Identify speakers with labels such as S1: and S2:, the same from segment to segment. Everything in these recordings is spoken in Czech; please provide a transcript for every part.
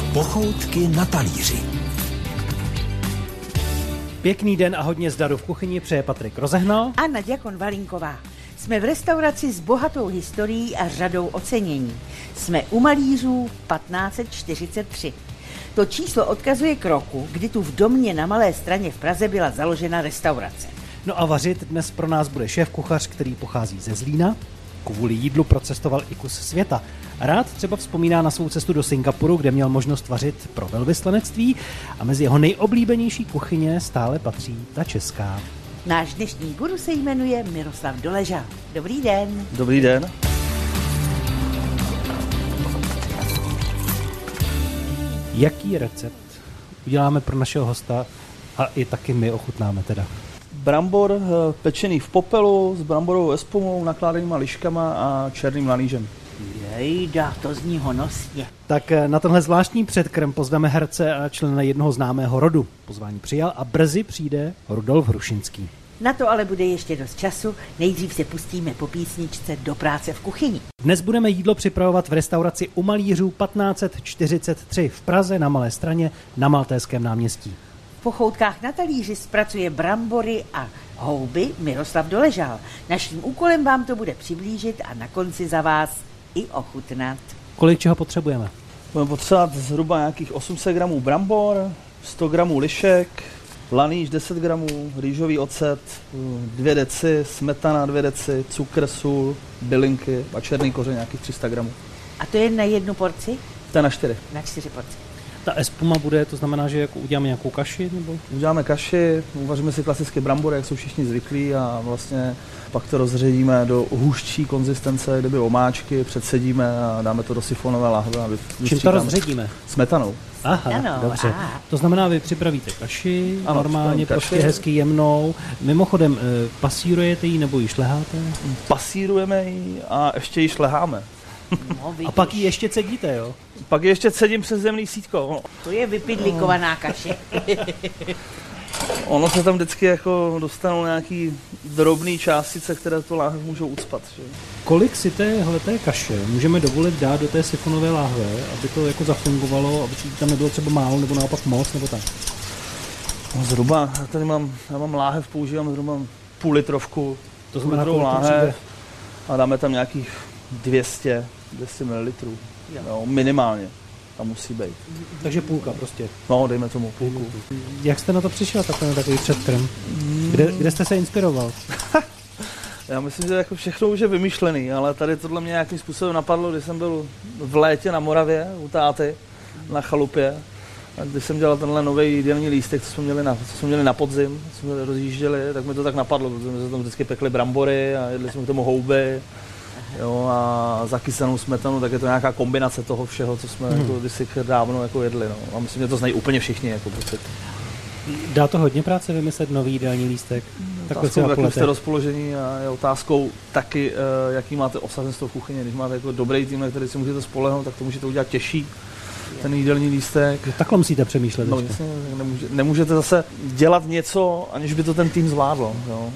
S1: Pochoutky na talíři.
S2: Pěkný den a hodně zdaru v kuchyni přeje Patrik Rozehnal
S3: a Naďa Konvalinková. Jsme v restauraci s bohatou historií a řadou ocenění. Jsme u malířů 1543. To číslo odkazuje k roku, kdy tu v Domě na Malé Straně v Praze byla založena restaurace.
S2: No a vařit dnes pro nás bude šéfkuchař, který pochází ze Zlína. Kvůli jídlu procestoval i kus světa. Rád třeba vzpomíná na svou cestu do Singapuru, kde měl možnost vařit pro velvyslanectví a mezi jeho nejoblíbenější kuchyně stále patří ta česká.
S3: Náš dnešní guru se jmenuje Miroslav Doležal. Dobrý den.
S4: Dobrý den.
S2: Jaký recept uděláme pro našeho hosta a i taky my ochutnáme teda?
S4: Brambor pečený v popelu s bramborovou espumou, nakládanýma liškama a černým lanýžem.
S3: Jejda, to zní honosně.
S2: Tak na tenhle zvláštní předkrm pozveme herce a člena jednoho známého rodu. Pozvání přijal a brzy přijde Rudolf Hrušinský.
S3: Na to ale bude ještě dost času. Nejdřív se pustíme po písničce do práce v kuchyni.
S2: Dnes budeme jídlo připravovat v restauraci u malířů 1543 v Praze na Malé Straně na Maltéském náměstí.
S3: V pochoutkách na talíři zpracuje brambory a houby Miroslav Doležal. Naším úkolem vám to bude přiblížit a na konci za vás i ochutnat.
S2: Kolik čeho potřebujeme?
S4: Budeme potřebovat zhruba nějakých 800 gramů brambor, 100 gramů lišek, lanýž 10 gramů, rýžový ocet, 2 deci, smetana 2 deci, cukr, sůl, bylinky a černý kořen nějakých 300 gramů.
S3: A to je na jednu porci?
S4: To je na 4.
S3: Na 4 porce.
S2: Ta espuma bude, to znamená, že jako uděláme nějakou kaši? Nebo?
S4: Uděláme kaši, uvaříme si klasické brambory, jak jsou všichni zvyklí a vlastně pak to rozředíme do hůřčí konzistence, kdyby omáčky, předsedíme a dáme to do sifonové lahve.
S2: Čím to rozředíme?
S4: Smetanou.
S2: Aha,
S3: ano,
S2: dobře. To znamená, vy připravíte kaši,
S4: ano,
S2: normálně, prostě hezky jemnou. Mimochodem, pasírujete ji nebo ji šleháte?
S4: Pasírujeme ji a ještě ji šleháme.
S3: No,
S2: a pak ji ještě cedíte, jo?
S4: Pak ji ještě cedím přes zemný sítko. No.
S3: To je vypidlikovaná kaše.
S4: Ono se tam vždycky jako dostanou nějaký drobný částice, které tu láhev můžou ucpat. Že?
S2: Kolik si téhleté kaše můžeme dovolit dát do té sifonové láhve, aby to jako zafungovalo, aby tam nebylo třeba málo nebo naopak moc, nebo tak?
S4: No, zhruba, já mám láhev, používám zhruba půl litrovku.
S2: To znamená
S4: láhev a dáme tam nějakých 200 ml. Jo, minimálně. Tam musí být.
S2: Takže půlka prostě.
S4: No, dejme tomu půlku.
S2: Jak jste na to přišel, takový předkrm? Kde jste se inspiroval?
S4: Já myslím, že jako všechno už je vymyšlený, ale tady tohle mě nějakým způsobem napadlo, když jsem byl v létě na Moravě u táty na chalupě. A když jsem dělal tenhle nový jídelní lístek, co jsme měli na podzim, co jsme rozjížděli, tak mi to tak napadlo, protože jsme se tam vždycky pekli brambory a jedli jsme k tomu houby. Jo, a zakysanou smetanu, tak je to nějaká kombinace toho všeho, co jsme jako kdysi dávno jako jedli. No. A myslím, že to znají úplně všichni. Jako
S2: Dá to hodně práce vymyslet nový jídelní lístek?
S4: Otázkou, jakým jste rozpoložení a je otázkou taky, jaký máte osazenstvo v kuchyni. Když máte jako dobrý tým, na který si můžete spolehnout, tak to můžete udělat těžší, ten jídelní lístek.
S2: Takhle musíte přemýšlet.
S4: No, nemůžete zase dělat něco, aniž by to ten tým zvládl. Jo.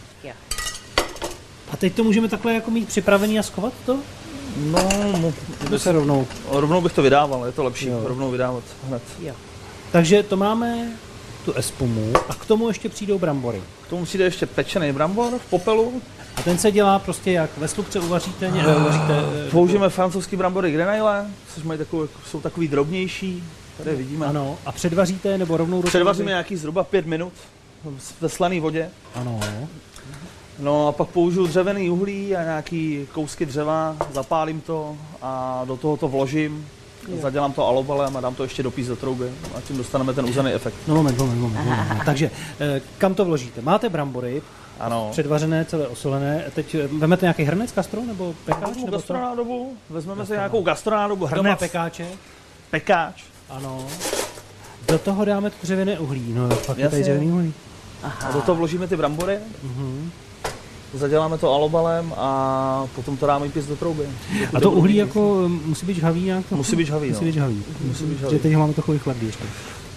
S2: A teď to můžeme takhle jako mít připravený a schovat to?
S4: No,
S2: se
S4: rovnou bych to vydával, je to lepší rovnou vydávat hned.
S2: Jo. Takže to máme tu espumu a k tomu ještě přijdou brambory.
S4: K tomu přijde ještě pečený brambor v popelu.
S2: A ten se dělá prostě jak? Ve slupce uvaříte?
S4: Použijeme francouzský brambory grenaille, což jsou takový drobnější. Tady vidíme.
S2: Ano, a předvaříte nebo rovnou do
S4: předvaříme nějaký zhruba 5 minut ve slané vodě.
S2: Ano.
S4: No a pak použiju dřevěný uhlí a nějaký kousky dřeva, zapálím to a do toho to vložím, zadělám to alobalem a dám to ještě dopíst do trouby a tím dostaneme ten uzený efekt.
S2: No moment. Takže kam to vložíte? Máte brambory,
S4: ano.
S2: Předvařené, celé osolené, teď vezmete nějaký hrnec gastro nebo pekáč?
S4: Gastronádobu, vezmeme si nějakou gastronádobu, hrnec.
S2: Pekáče?
S4: Pekáč.
S2: Ano. Do toho dáme to dřevěné uhlí, no pak je tady dřevěný uhlí.
S4: Aha. A do toho vložíme ty brambory. Zaděláme to alobalem a potom to dáme pěst do trouby.
S2: A to uhlí jako musí být žhavý nějak?
S4: Musí být žhavý.
S2: Že teď máme takový chladný ještě.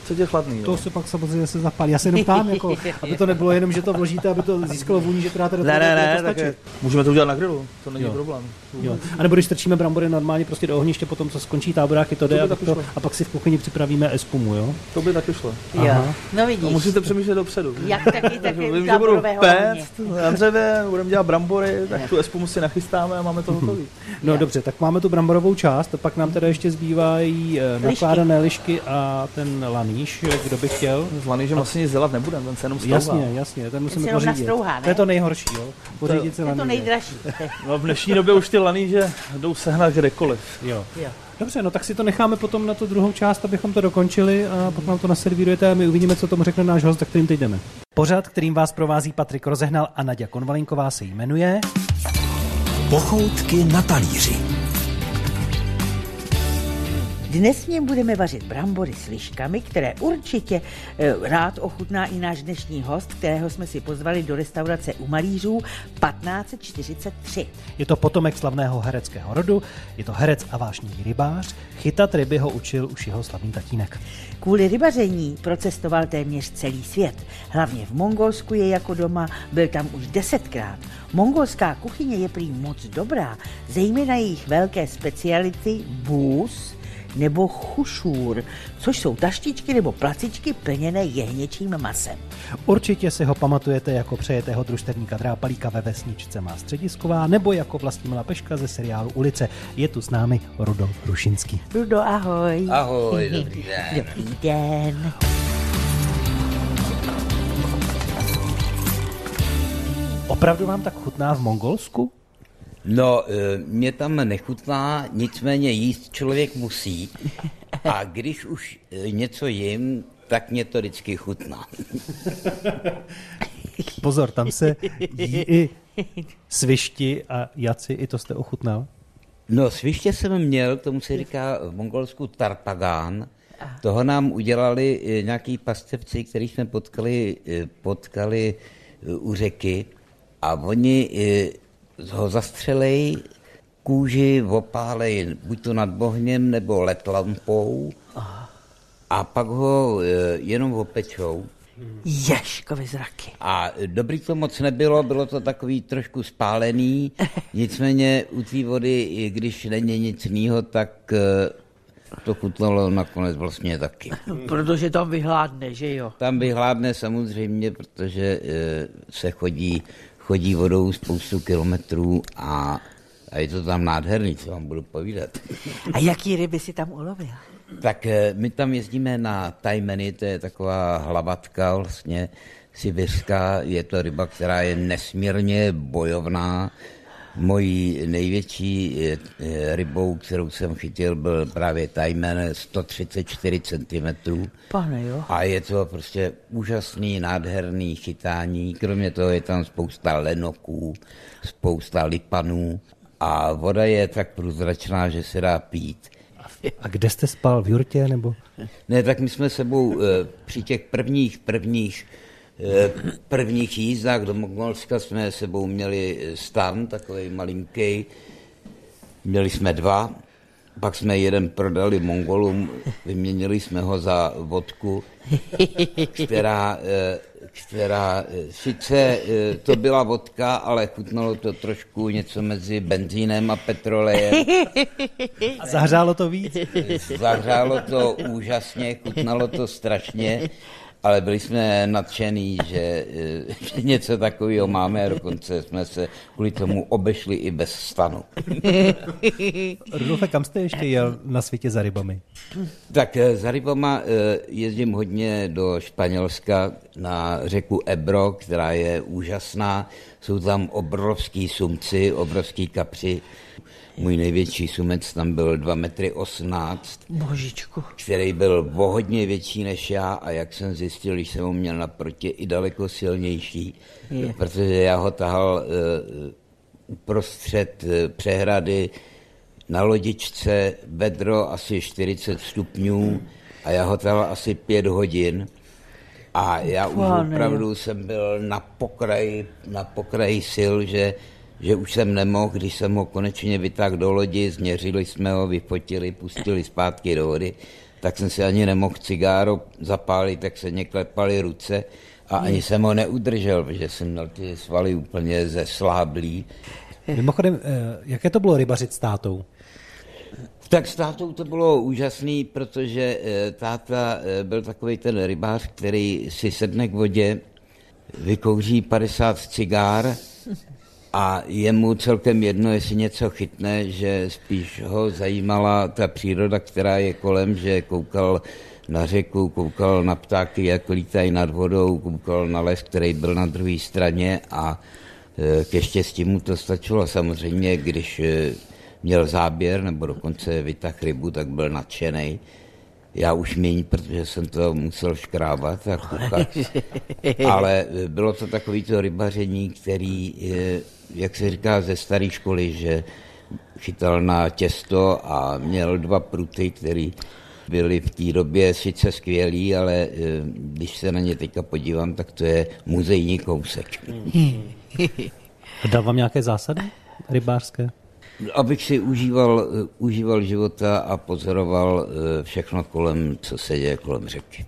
S4: Co tě chladný?
S2: To se pak samozřejmě se zapálí. Já se jenom ptám, jako, aby to nebylo jenom, že to vložíte, aby to získalo vůni, že to dáte do toho.
S4: Ne, tak můžeme to udělat na grilu, to není problém.
S2: Jo. A nebo když strčíme brambory normálně prostě do ohniště, potom co skončí táboráky, to jde a pak si v kuchyni připravíme espumu, jo?
S4: To by taky šlo.
S3: Jo, no vidíš.
S4: To musíte přemýšlet dopředu.
S3: Jak taky
S4: vím, že budu péct na dřevě, budeme dělat brambory, tak tu espumu si nachystáme a máme to hotový.
S2: No dobře, tak máme tu bramborovou část, pak nám teda ještě zbývají nakládané lišky a ten laníš, kdo by chtěl.
S4: S lanížem asi nic dělat nebudeme, ten se jenom stouvá.
S2: Jasně, ten musíme pořídit.
S3: Nastrouhá,
S2: to je to nejhorší, jo? Pořídit si
S3: laníže. To nejdražší.
S4: No v dnešní době už ty laníže jdou sehnat kdekoliv.
S2: Jo. Dobře, no tak si to necháme potom na tu druhou část, abychom to dokončili a pak nám to naservírujete a my uvidíme, co tomu řekne náš host, za kterým teď jdeme. Pořad, kterým vás provází Patrik Rozehnal a Naďa Konvalinková, se jmenuje
S1: Pochoutky na talíři.
S3: Dnes v něm budeme vařit brambory s liškami, které určitě rád ochutná i náš dnešní host, kterého jsme si pozvali do restaurace u Malířů 1543.
S2: Je to potomek slavného hereckého rodu, je to herec a vášnivý rybář. Chytat ryby ho učil už jeho slavný tatínek.
S3: Kvůli rybaření procestoval téměř celý svět. Hlavně v Mongolsku je jako doma, byl tam už 10krát. Mongolská kuchyně je prý moc dobrá, zejména jejich velké speciality bůz nebo chušůr, což jsou taštičky nebo placičky plněné jehněčím masem.
S2: Určitě si ho pamatujete jako přejetého družstevníka Drápalíka ve Vesničce má Středisková nebo jako Vlastimila Peška ze seriálu Ulice. Je tu s námi Rudolf Hrušinský.
S3: Rudo, ahoj.
S5: Ahoj, dobrý den.
S3: Dobrý den.
S2: Opravdu vám tak chutná v Mongolsku?
S5: No, mě tam nechutná, nicméně jíst člověk musí. A když už něco jim, tak mě to vždycky chutná.
S2: Pozor, tam se jí i svišti a jaci, i to jste ochutnal?
S5: No, sviště jsem měl, tomu se říká v Mongolsku tartagán. Toho nám udělali nějaký pastevci, který jsme potkali u řeky. A oni ho zastřelej, kůži opálej buď to nad bohněm nebo letlampou a pak ho jenom opečou.
S3: Ježkovi zraky.
S5: A dobrý to moc nebylo, bylo to takový trošku spálený, nicméně u té vody, když není nic jiného, tak to chutnalo nakonec vlastně taky.
S3: Protože tam vyhládne, že jo?
S5: Tam vyhládne samozřejmě, protože se chodí vodou spoustu kilometrů a je to tam nádherný, co vám budu povídat.
S3: A jaký ryby si tam ulovil?
S5: Tak my tam jezdíme na tajmeny, to je taková hlavatka vlastně sibirská, je to ryba, která je nesmírně bojovná. Mojí největší rybou, kterou jsem chytil, byl právě tajmen 134 cm.
S3: Pane, jo.
S5: A je to prostě úžasný, nádherný chytání. Kromě toho je tam spousta lenoků, spousta lipanů a voda je tak průzračná, že se dá pít.
S2: A kde jste spal, v jurtě nebo?
S5: Ne, tak my jsme sebou při těch prvních jízdách do Mongolska jsme sebou měli stan, takovej malinký. Měli jsme 2, pak jsme jeden prodali Mongolům, vyměnili jsme ho za vodku, která sice to byla vodka, ale chutnalo to trošku něco mezi benzínem a petrolejem.
S2: A zahřálo to víc?
S5: Zahřálo to úžasně, chutnalo to strašně, ale byli jsme nadšený, že něco takového máme a dokonce jsme se kvůli tomu obešli i bez stanu.
S2: Rudolfe, kam jste ještě jel na světě za rybami?
S5: Tak za rybama jezdím hodně do Španělska na řeku Ebro, která je úžasná. Jsou tam obrovský sumci, obrovský kapři. Můj největší sumec tam byl 2,18 m,
S3: Božičku.
S5: který byl o hodně větší než já a jak jsem zjistil, když jsem ho měl naproti, i daleko silnější, protože já ho tahal uprostřed přehrady na lodičce, vedro asi 40 stupňů a já ho tahal asi 5 hodin. A já už opravdu jsem byl na pokraji sil, že už jsem nemohl, když jsem ho konečně vytáhl do lodi, změřili jsme ho, vyfotili, pustili zpátky do vody, tak jsem si ani nemohl cigáro zapálit, tak se mě klepaly ruce a ani jsem ho neudržel, protože jsem měl ty svaly úplně zesláblý.
S2: Mimochodem, jaké to bylo rybařit s tátou?
S5: Tak s tátou to bylo úžasný, protože táta byl takový ten rybář, který si sedne k vodě, vykouří 50 cigár a je mu celkem jedno, jestli něco chytne, že spíš ho zajímala ta příroda, která je kolem, že koukal na řeku, koukal na ptáky, jak lítají nad vodou, koukal na les, který byl na druhé straně a ke štěstí mu to stačilo. Samozřejmě, když měl záběr nebo dokonce vytáhl rybu, tak byl nadšenej. Já už méně, protože jsem to musel škrábat a kuchat. Ale bylo to takovýto rybaření, který, jak se říká ze staré školy, že chytal na těsto a měl 2 pruty, které byly v té době sice skvělý, ale když se na ně teďka podívám, tak to je muzejní kousek.
S2: Dal vám nějaké zásady rybářské?
S5: Abych si užíval života a pozoroval všechno kolem, co se děje kolem řeky.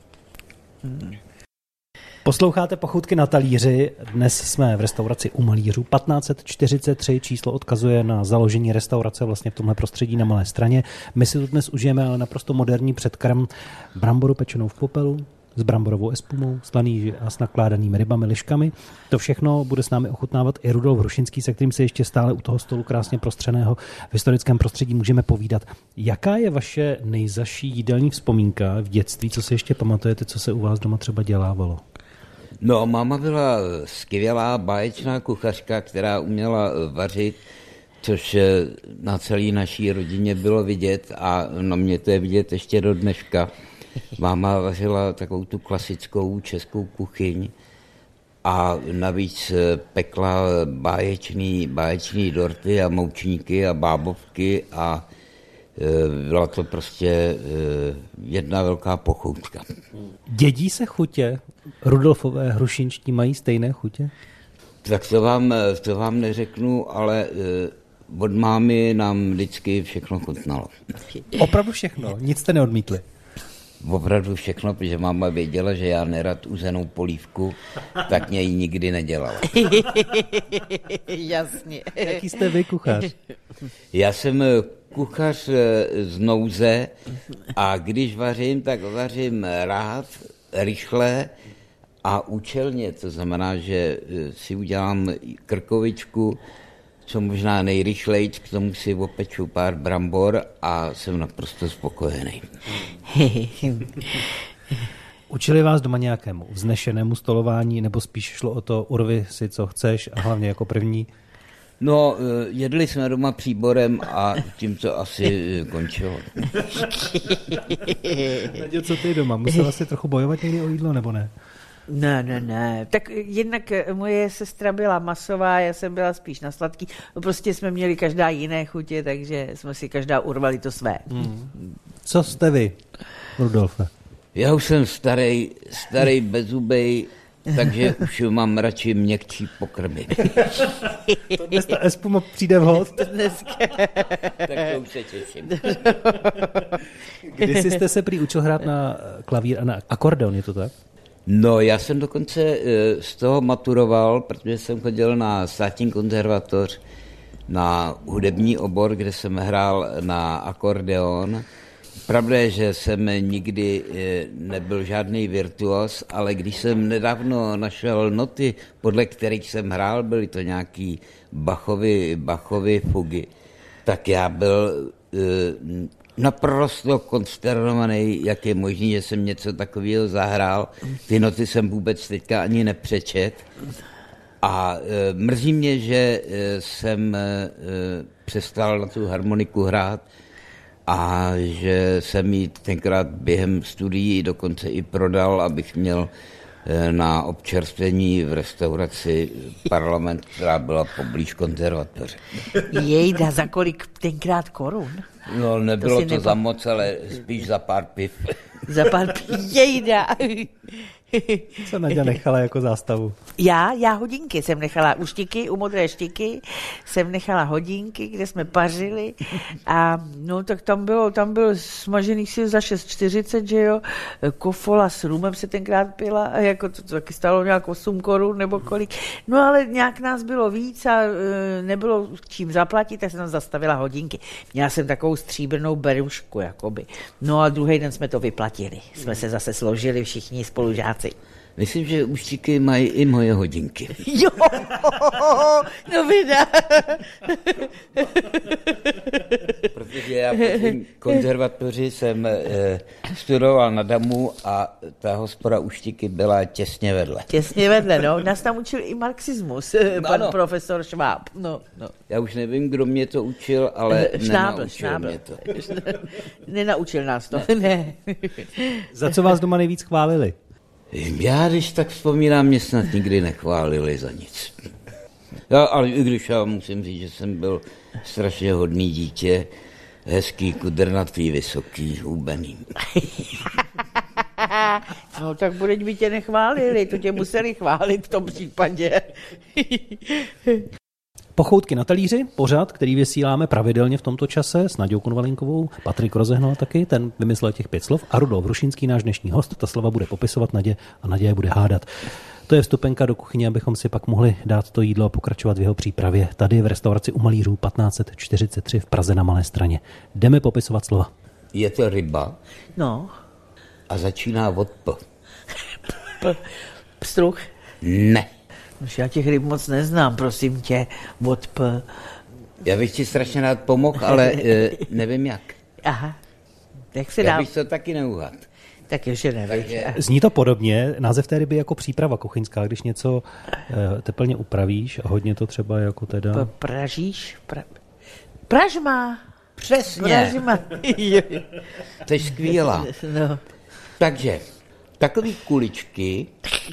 S2: Posloucháte Pochoutky na talíři. Dnes jsme v restauraci u malířů 1543. Číslo odkazuje na založení restaurace vlastně v tomhle prostředí na Malé Straně. My si tu dnes užijeme ale naprosto moderní předkrm, bramboru pečenou v popelu, s bramborovou espumou, slaný a s nakládanými rybami, liškami. To všechno bude s námi ochutnávat i Rudolf Hrušinský, se kterým se ještě stále u toho stolu krásně prostřeného v historickém prostředí můžeme povídat. Jaká je vaše nejzazší jídelní vzpomínka v dětství, co si ještě pamatujete, co se u vás doma třeba dělávalo?
S5: No, máma byla skvělá báječná kuchařka, která uměla vařit, což na celé naší rodině bylo vidět a na mě to je vidět ještě do dneška. Máma vařila takovou tu klasickou českou kuchyň a navíc pekla báječný dorty a moučníky a bábovky a byla to prostě jedna velká pochoutka.
S2: Dědí se chutě? Rudolfové hrušinští mají stejné chutě?
S5: Tak to vám neřeknu, ale od mámy nám vždycky všechno chutnalo.
S2: Opravdu všechno? Nic jste neodmítli?
S5: Opravdu všechno, protože máma věděla, že já nerad uzenou polívku, tak mě ji nikdy nedělala.
S3: Jasně.
S2: Jaký jste vy kuchař?
S5: Já jsem kuchař z nouze a když vařím, tak vařím rád, rychle a účelně. To znamená, že si udělám krkovičku, co možná nejrychleji, k tomu si opeču pár brambor a jsem naprosto spokojený.
S2: Učili vás doma nějakému vznešenému stolování, nebo spíš šlo o to, urvi si, co chceš a hlavně jako první?
S5: No, jedli jsme doma příborem a tím to asi končilo.
S2: Naděl, co ty doma? Musela si trochu bojovat někdy o jídlo, nebo ne?
S3: Ne. Tak jednak moje sestra byla masová, já jsem byla spíš na sladký. Prostě jsme měli každá jiné chutě, takže jsme si každá urvali to své.
S2: Co jste vy, Rudolfe?
S5: Já už jsem starý bezzubej, takže už mám radši měkčí pokrmy.
S2: To dnes ta espuma přijde vhod.
S5: Tak to už se těším.
S2: Kdysi jste se prý učil hrát na klavír a na akordeon, je to tak?
S5: No, já jsem dokonce z toho maturoval, protože jsem chodil na státní konzervatoř na hudební obor, kde jsem hrál na akordeon. Pravda je, že jsem nikdy nebyl žádný virtuos, ale když jsem nedávno našel noty, podle kterých jsem hrál, byly to nějaký Bachovy fugy, tak já byl naprosto konsternovaný, jak je možný, že jsem něco takového zahrál. Ty noty jsem vůbec teďka ani nepřečet. A mrzí mě, že jsem přestal na tu harmoniku hrát a že jsem ji tenkrát během studií dokonce i prodal, abych měl na občerstvení v restauraci Parlament, která byla poblíž konzervatoře.
S3: Jejda, za kolik tenkrát korun?
S5: No, nebylo to za moc, ale spíš za pár piv.
S3: Za pár piv, jejda.
S2: Co Naďa nechala jako zástavu?
S3: Já hodinky jsem nechala u štiky, u modré štiky jsem nechala hodinky, kde jsme pařili a no tak tam bylo smažených sil za 6,40, že jo, kofola s rumem se tenkrát pila a jako to taky stálo nějak 8 korun nebo kolik, no ale nějak nás bylo víc a nebylo čím zaplatit, tak jsem tam zastavila hodinky. Měla jsem takovou stříbrnou berušku, jakoby. No a druhý den jsme to vyplatili. Jsme se zase složili všichni spolužáci.
S5: Myslím, že uštiky mají i moje hodinky.
S3: Jo, no vydá.
S5: Protože já po konzervatoři jsem studoval na Damu a ta hospoda uštiky byla těsně vedle.
S3: Těsně vedle, no. Nás tam učil i marxismus, pan profesor Šváb. No.
S5: Já už nevím, kdo mě to učil, ale nenaučil mě to.
S3: Nenaučil nás to, ne.
S2: Za co vás doma nejvíc chválili?
S5: Já, když tak vzpomínám, mě snad nikdy nechválili za nic. Ale i když já musím říct, že jsem byl strašně hodný dítě, hezký, kudrnatý, vysoký, hubený.
S3: No tak buď by tě nechválili, to tě museli chválit v tom případě.
S2: Pochoutky na talíři, pořad, který vysíláme pravidelně v tomto čase s Naďou Konvalinkovou, Patrik Rozehnal taky, ten vymyslel těch 5 slov a Rudolf Hrušínský, náš dnešní host, ta slova bude popisovat Nadě a Nadě je bude hádat. To je vstupenka do kuchyně, abychom si pak mohli dát to jídlo a pokračovat v jeho přípravě. Tady v restauraci u Malířů 1543 v Praze na Malé Straně. Jdeme popisovat slova.
S5: Je to ryba
S3: No.
S5: a začíná od P.
S3: Pstruh?
S5: Ne.
S3: Už já těch ryb moc neznám, prosím tě, od P.
S5: Já bych ti strašně rád pomohl, ale nevím jak.
S3: Aha, jak se
S5: Já
S3: dá?
S5: bych to taky neuhad.
S3: Tak ještě nevím.
S2: Zní to podobně, název té ryby jako příprava kuchyňská, když něco teplně upravíš a hodně to třeba jako teda...
S3: Pražíš? Pražma.
S5: Přesně.
S3: Pražma.
S5: To je skvělá.
S3: No.
S5: Takže, takový kuličky...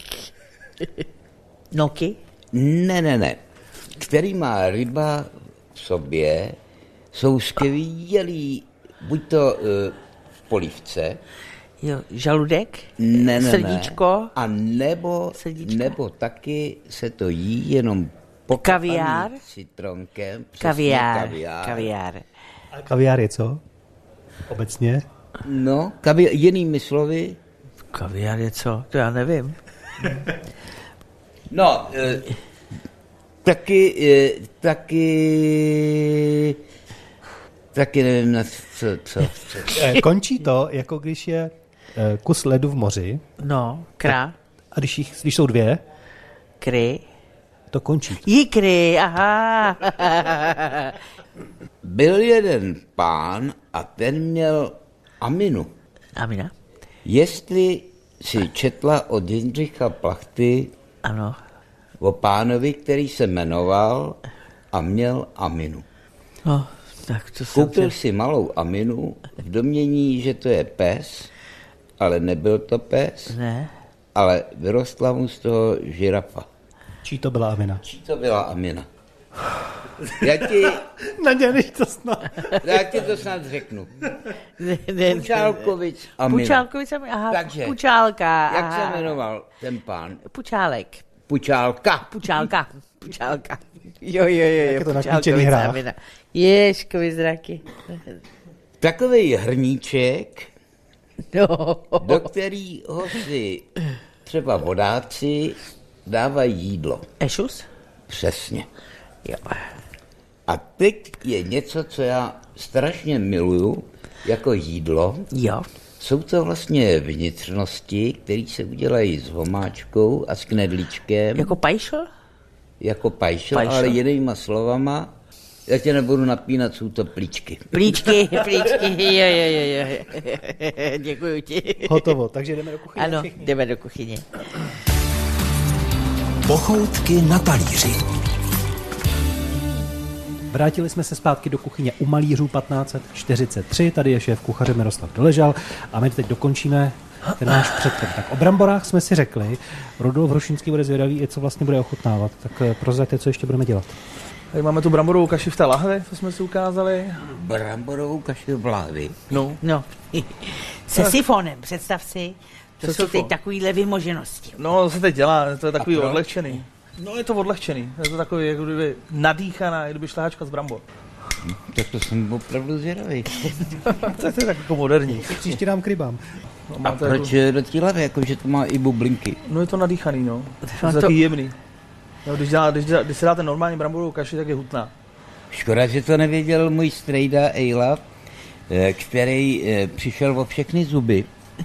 S3: Noky?
S5: Ne. Který má ryba v sobě, jsou skvělý, buď to v polívce.
S3: Jo, žaludek?
S5: Ne.
S3: Srdíčko?
S5: A nebo taky se to jí jenom pokapaný
S3: Kaviár?
S5: citronkem.
S3: Kaviár.
S2: A kaviár je co? Obecně?
S5: No, jinými slovy.
S3: Kaviár je co? To já nevím.
S5: No, taky nevím, na co.
S2: Končí to, jako když je kus ledu v moři.
S3: No,
S2: A když jsou 2,
S3: kry.
S2: to končí.
S3: Jikry, aha.
S5: Byl jeden pán a ten měl Aminu.
S3: Amina?
S5: Jestli si četla od Jindřicha Plachty
S3: Ano.
S5: o pánovi, který se jmenoval a měl Aminu.
S3: No, tak to jsem...
S5: Koupil si malou Aminu v domnění, že to je pes, ale nebyl to pes,
S3: Ne.
S5: ale vyrostla mu z toho žirafa.
S2: Čí to byla Amina?
S5: Čí to byla Amina? Já ti to snad řeknu. Pučálkovič Amina.
S3: Pučálkovič Amina, aha,
S5: Takže,
S3: Pučálka.
S5: Jak
S3: aha.
S5: se jmenoval ten pán?
S3: Pučálek.
S5: Pučálka.
S3: Jo.
S2: je to naklíčený hra.
S3: Amina. Ježkovi zraky.
S5: Takovej hrníček,
S3: No.
S5: do kterého si třeba vodáci dávají jídlo.
S3: Ešus?
S5: Přesně.
S3: Jo.
S5: A teď je něco, co já strašně miluju, jako jídlo.
S3: Jo.
S5: Jsou to vlastně vnitřnosti, které se udělají s homáčkou a s knedlíčkem.
S3: Jako pajšl?
S5: Jako pajšl,
S3: Pajšl.
S5: ale jinýma slovama. Já tě nebudu napínat, jsou to plíčky.
S3: Plíčky, jo. Děkuju ti.
S2: Hotovo, takže jdeme do kuchyně.
S3: Ano,
S2: všichni.
S3: jdeme do kuchyně.
S1: Pochoutky na talíři.
S2: Vrátili jsme se zpátky do kuchyně u Malířů 1543, tady je šéf kuchaře Miroslav Doležal a my teď dokončíme ten náš předkrm. Tak o bramborách jsme si řekli, Rudolf Hrušínský bude zvědavý, co vlastně bude ochutnávat, tak prozraďte, co ještě budeme dělat.
S4: Tady máme tu bramborovou kaši v té lahvi, co jsme si ukázali.
S5: Bramborovou kaši v lahvi.
S4: No.
S3: No, se sifonem, představ si, To jsou teď takovýhle vymoženosti.
S4: No, to se teď dělá, to je takový odlehčený. No, je to odlehčený, je to takový, jako kdyby nadýchaná, jako kdyby šlehačka z brambor.
S5: Tak to jsem opravdu zvědavý.
S4: To je tak jako moderní.
S2: Příště dám k rybám.
S5: No, a proč jako... do té hlavy, jako, že to má i bublinky?
S4: No je to nadýchaný, no. To je taky jemný. No, když si dáte normální bramborovou kaši, tak je hutná.
S5: Škoda, že to nevěděl můj strejda Ejla, který přišel o všechny zuby.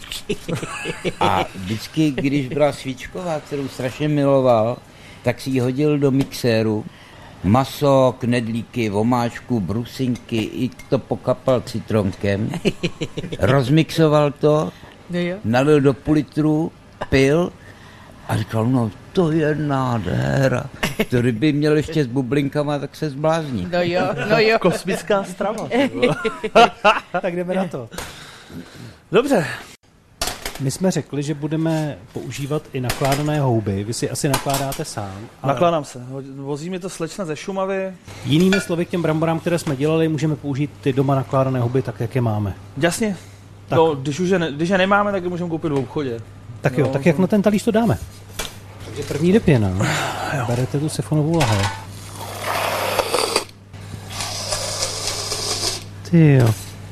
S5: A vždycky, když byla svíčková, kterou strašně miloval, tak si ji hodil do mixéru. Maso, knedlíky, vomáčku, brusinky, i to pokapal citronkem. Rozmixoval to, nalil do půl litru, pil a říkal, no to je nádhera. To kdyby měl ještě s bublinkama, tak se zblázní.
S3: No jo.
S4: Kosmická strava.
S2: Tak jdeme na to.
S4: Dobře.
S2: My jsme řekli, že budeme používat i nakládané houby. Vy si asi nakládáte sám. Ale...
S4: Nakládám se. Vozí mi to slečna ze Šumavy.
S2: Jinými slovy k těm bramborám, které jsme dělali, můžeme použít ty doma nakládané houby tak, jak je máme.
S4: Jasně. Tak. No, když je nemáme, tak je můžeme koupit v obchodě.
S2: Tak jo, tak jak na ten talíř to dáme? Takže první jde pěna. Berete tu sifonovou lahev. Ty jo.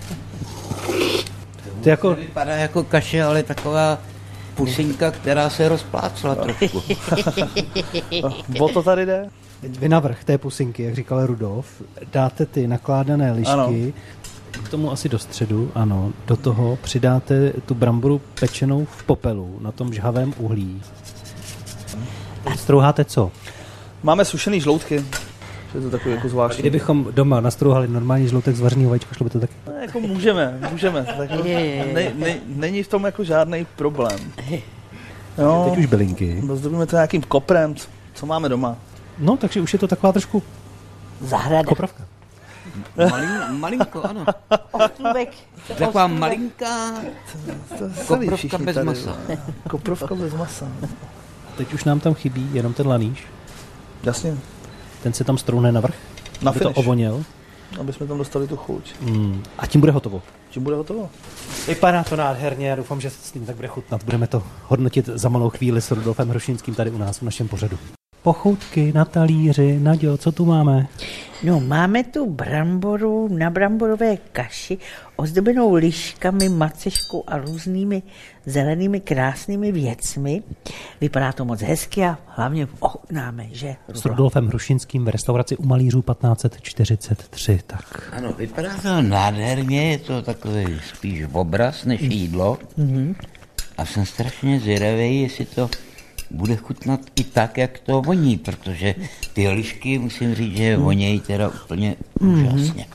S5: To jako... vypadá jako kaše, ale taková pusinka, která se rozplácla trošku.
S4: O to tady jde?
S2: Vy navrch té pusinky, jak říkal Rudolf, dáte ty nakládané lišky, ano. K tomu asi do středu, ano, do toho přidáte tu bramboru pečenou v popelu, na tom žhavém uhlí. Strouháte co?
S4: Máme sušený žloutky. Je to takový jako zvláštní.
S2: Kdybychom doma nastrouhali normální žloutek z vařeného vajíčka, šlo by to taky?
S4: No, jako můžeme. Tak není v tom jako žádný problém. Jo,
S2: teď už bylinky.
S4: Rozdobíme to nějakým koprem, co máme doma.
S2: No, takže už je to taková trošku
S3: zahrada.
S2: Koprovka.
S5: Malinko, ano.
S3: Ostrůvek.
S5: Taková malinká koprovka bez
S4: tady.
S5: masa.
S4: Koprovka bez masa.
S2: Teď už nám tam chybí jenom ten lanýž.
S4: Jasně.
S2: Ten se tam strouhne navrch, aby to ovoněl.
S4: Aby jsme tam dostali tu chuť.
S2: A tím bude hotovo. Vypadá to nádherně, já doufám, že s tím tak bude chutnat. Budeme to hodnotit za malou chvíli s Rudolfem Hrušínským tady u nás v našem pořadu. Pochoutky na talíři. Naďo, co tu máme?
S3: No, máme tu bramboru na bramborové kaši ozdobenou liškami, maceškou a různými zelenými krásnými věcmi. Vypadá to moc hezky a hlavně ochutnáme, že?
S2: S Rudolfem Hrušínským v restauraci u Malířů 1543. Tak.
S5: Ano, vypadá to nádherně, je to takový spíš obraz než jídlo. A jsem strašně zvědavý, jestli to bude chutnat i tak, jak to voní, protože ty lišky, musím říct, že vonějí teda úplně úžasně.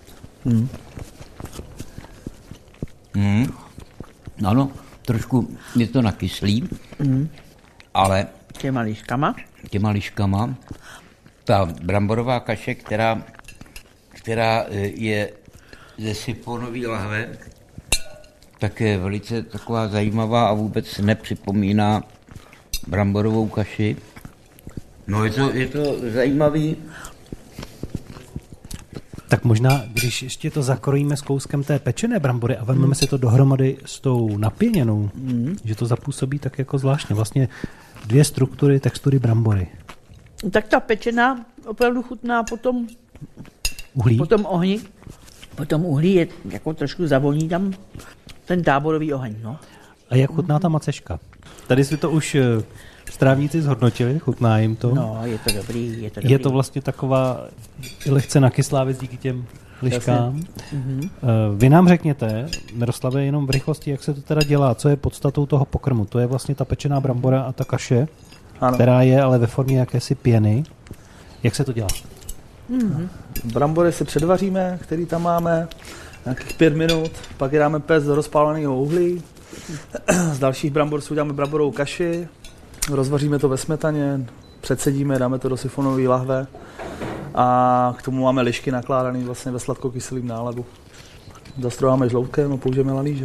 S5: Ano, trošku je to nakyslý, ale těma liškama, ta bramborová kaše, která je ze sifonové lahve, tak je velice taková zajímavá a vůbec nepřipomíná bramborovou kaši. No je to zajímavý.
S2: Tak možná, když ještě to zakrojíme s kouskem té pečené brambory a vezmeme si to dohromady s tou napěněnou, že to zapůsobí tak jako zvláštně. Vlastně dvě struktury, textury brambory.
S3: Tak ta pečená opravdu chutná potom
S2: uhlí.
S3: Potom uhlí je jako trošku zavoní tam ten táborový oheň, no.
S2: A jak chutná ta maceška? Tady si to už strávníci zhodnotili, chutná jim to.
S3: No, je to dobrý.
S2: Je to vlastně taková lehce nakyslá věc díky těm liškám. Vy nám řekněte, Miroslave, jenom v rychlosti, jak se to teda dělá, co je podstatou toho pokrmu. To je vlastně ta pečená brambora a ta kaše, která je ale ve formě jakési pěny. Jak se to dělá?
S4: Brambory si předvaříme, který tam máme, nějakých 5 minut, pak je dáme pec do rozpáleného uhlí. Z dalších brambor si uděláme bramborovou kaši, rozvaříme to ve smetaně, předsedíme, dáme to do sifonové lahve a k tomu máme lišky nakládané vlastně ve sladkokyselém nálevu. Zastrojáme žloutkem a použijeme lanýže.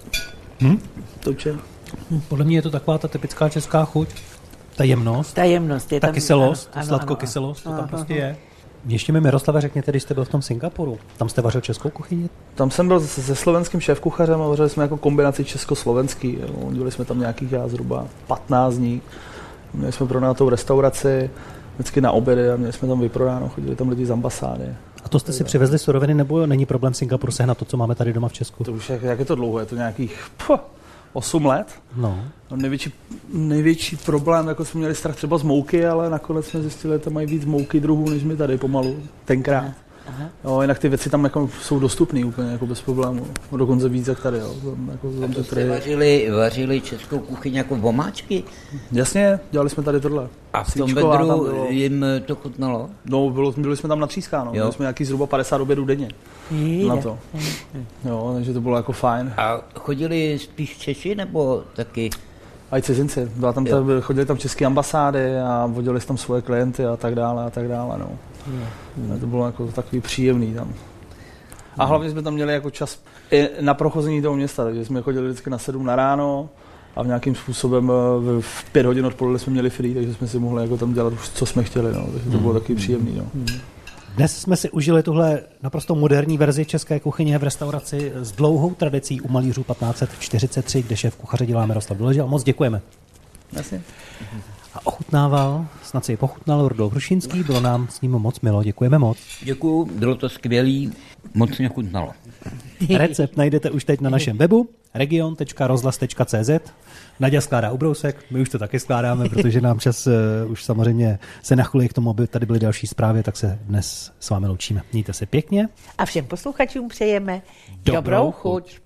S2: Podle mě je to taková ta typická česká chuť. Ta jemnost.
S3: Je
S2: ta
S3: tam,
S2: kyselost,
S3: ano,
S2: sladkokyselost, to tam prostě je. Ještě mi, Miroslave, řekněte, když jste byl v tom Singapuru, tam jste vařil českou kuchyni?
S4: Tam jsem byl se slovenským šéfkuchařem a vařili jsme jako kombinaci československý. Dělali jsme tam nějakých zhruba 15 dní. Měli jsme prodátou restauraci, vždycky na obědy a měli jsme tam vyprodáno, chodili tam lidi z ambasády.
S2: A to jste si přivezli suroviny, nebo není problém Singapuru sehnat to, co máme tady doma v Česku?
S4: To už jak je to dlouho, je to nějakých 8 let.
S2: No.
S4: Největší problém, jako jsme měli strach třeba z mouky, ale nakonec jsme zjistili, že tam mají víc mouky druhů, než my tady pomalu, tenkrát. Jo, jinak ty věci tam jako jsou dostupné úplně jako bez problémů. Dokonce víc jak tady. Jo.
S5: Tam to jste vařili českou kuchyni jako vomáčky?
S4: Jasně, dělali jsme tady tohle.
S5: A v tom vedru jim to chutnalo?
S4: No, byli jsme tam natřískáno. Měli jsme nějaký zhruba 50 obědů denně. Na to. Jo, takže to bylo jako fajn.
S5: A chodili spíš Češi nebo taky?
S4: A i cizinci. Chodili tam české ambasády a vodili tam svoje klienty a tak dále. No. To bylo jako takový příjemný tam. A hlavně jsme tam měli jako čas i na prochození toho města, takže jsme chodili vždycky na 7 na ráno a v nějakým způsobem v 5 hodin odpoledne jsme měli free, takže jsme si mohli jako tam dělat už, co jsme chtěli. No. Takže to bylo takový příjemný. No.
S2: Dnes jsme si užili tuhle naprosto moderní verzi české kuchyně v restauraci s dlouhou tradicí u malířů 1543, kde šéf kuchaře dělá Miroslav Doležal. Moc děkujeme.
S4: Jasně.
S2: A ochutnával, snad si ji pochutnal Rudolf Hrušínský, bylo nám s ním moc milo, děkujeme moc.
S5: Děkuju, bylo to skvělý, moc mě chutnalo.
S2: Recept najdete už teď na našem webu region.rozhlas.cz. Naďa skládá ubrousek, my už to taky skládáme, protože nám čas už samozřejmě se nachyluje k tomu, aby tady byly další zprávy, tak se dnes s vámi loučíme. Mějte se pěkně.
S3: A všem posluchačům přejeme dobrou chuť.